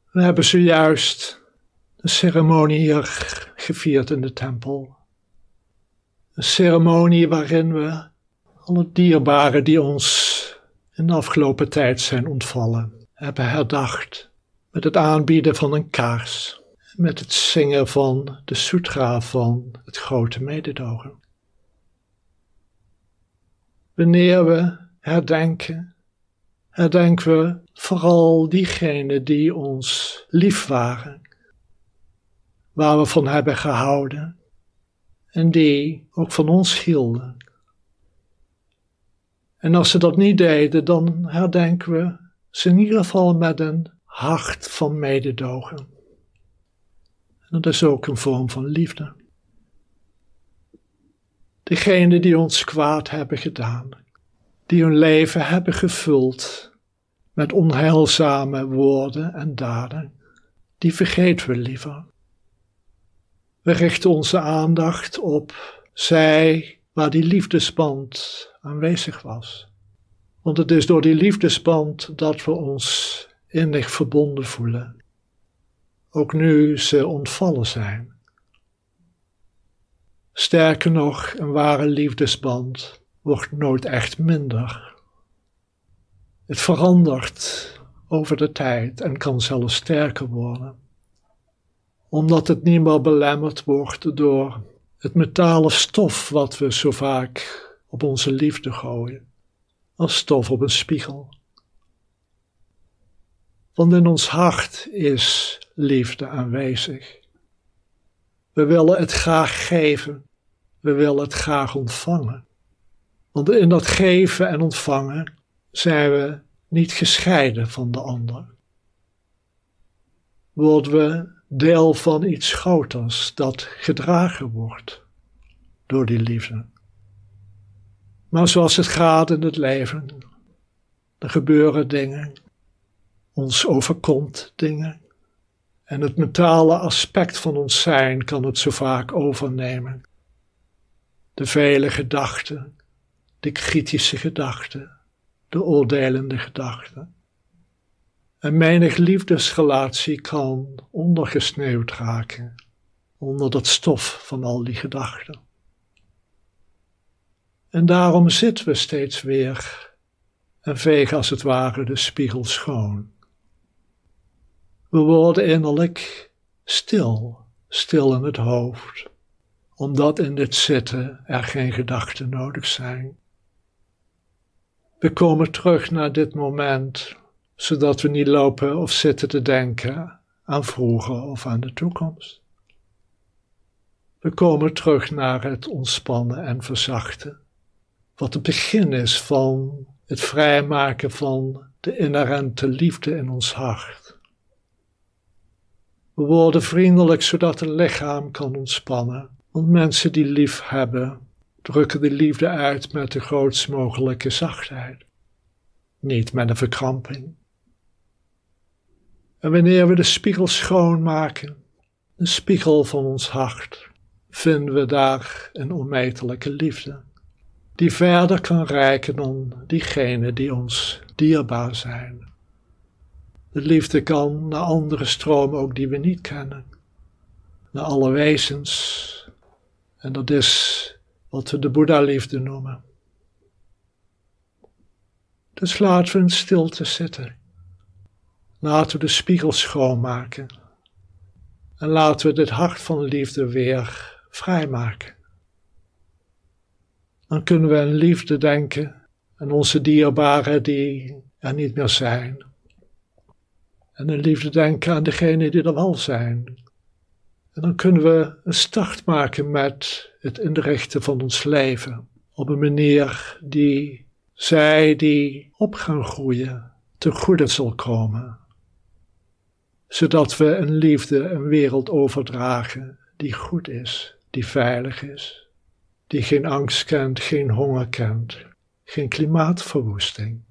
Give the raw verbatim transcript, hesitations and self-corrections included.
We hebben zojuist een ceremonie hier gevierd in de tempel. Een ceremonie waarin we alle dierbaren die ons in de afgelopen tijd zijn ontvallen, hebben herdacht met het aanbieden van een kaars, met het zingen van de sutra van het grote mededogen. Wanneer we herdenken, herdenken we vooral diegenen die ons lief waren, waar we van hebben gehouden en die ook van ons hielden. En als ze dat niet deden, dan herdenken we ze in ieder geval met een hart van mededogen. En dat is ook een vorm van liefde. Degenen die ons kwaad hebben gedaan, die hun leven hebben gevuld met onheilzame woorden en daden, die vergeten we liever. We richten onze aandacht op zij waar die liefdesband aanwezig was. Want het is door die liefdesband dat we ons innig verbonden voelen, ook nu ze ontvallen zijn. Sterker nog, een ware liefdesband wordt nooit echt minder. Het verandert over de tijd en kan zelfs sterker worden, omdat het niet meer belemmerd wordt door het metalen stof wat we zo vaak op onze liefde gooien, als stof op een spiegel. Want in ons hart is liefde aanwezig. We willen het graag geven, we willen het graag ontvangen. Want in dat geven en ontvangen zijn we niet gescheiden van de ander. Worden we deel van iets groters dat gedragen wordt door die liefde. Maar zoals het gaat in het leven, er gebeuren dingen, ons overkomt dingen. En het mentale aspect van ons zijn kan het zo vaak overnemen. De vele gedachten, de kritische gedachten, de oordelende gedachten. En menig liefdesrelatie kan ondergesneeuwd raken onder dat stof van al die gedachten. En daarom zitten we steeds weer en vegen als het ware de spiegel schoon. We worden innerlijk stil, stil in het hoofd, omdat in dit zitten er geen gedachten nodig zijn. We komen terug naar dit moment, zodat we niet lopen of zitten te denken aan vroeger of aan de toekomst. We komen terug naar het ontspannen en verzachten, wat het begin is van het vrijmaken van de inherente liefde in ons hart. We worden vriendelijk zodat het lichaam kan ontspannen, want mensen die lief hebben, drukken de liefde uit met de grootst mogelijke zachtheid, niet met een verkramping. En wanneer we de spiegel schoonmaken, de spiegel van ons hart, vinden we daar een onmetelijke liefde, die verder kan reiken dan diegenen die ons dierbaar zijn. De liefde kan naar andere stromen ook die we niet kennen, naar alle wezens, en dat is wat we de Boeddha-liefde noemen. Dus laten we in stilte zitten. Laten we de spiegel schoonmaken. En laten we dit hart van liefde weer vrijmaken. Dan kunnen we aan liefde denken aan onze dierbaren die er niet meer zijn. En in liefde denken aan degenen die er wel zijn. En dan kunnen we een start maken met het inrichten van ons leven. Op een manier die zij die op gaan groeien ten goede zal komen. Zodat we een liefde een wereld overdragen die goed is, die veilig is. Die geen angst kent, geen honger kent, geen klimaatverwoesting.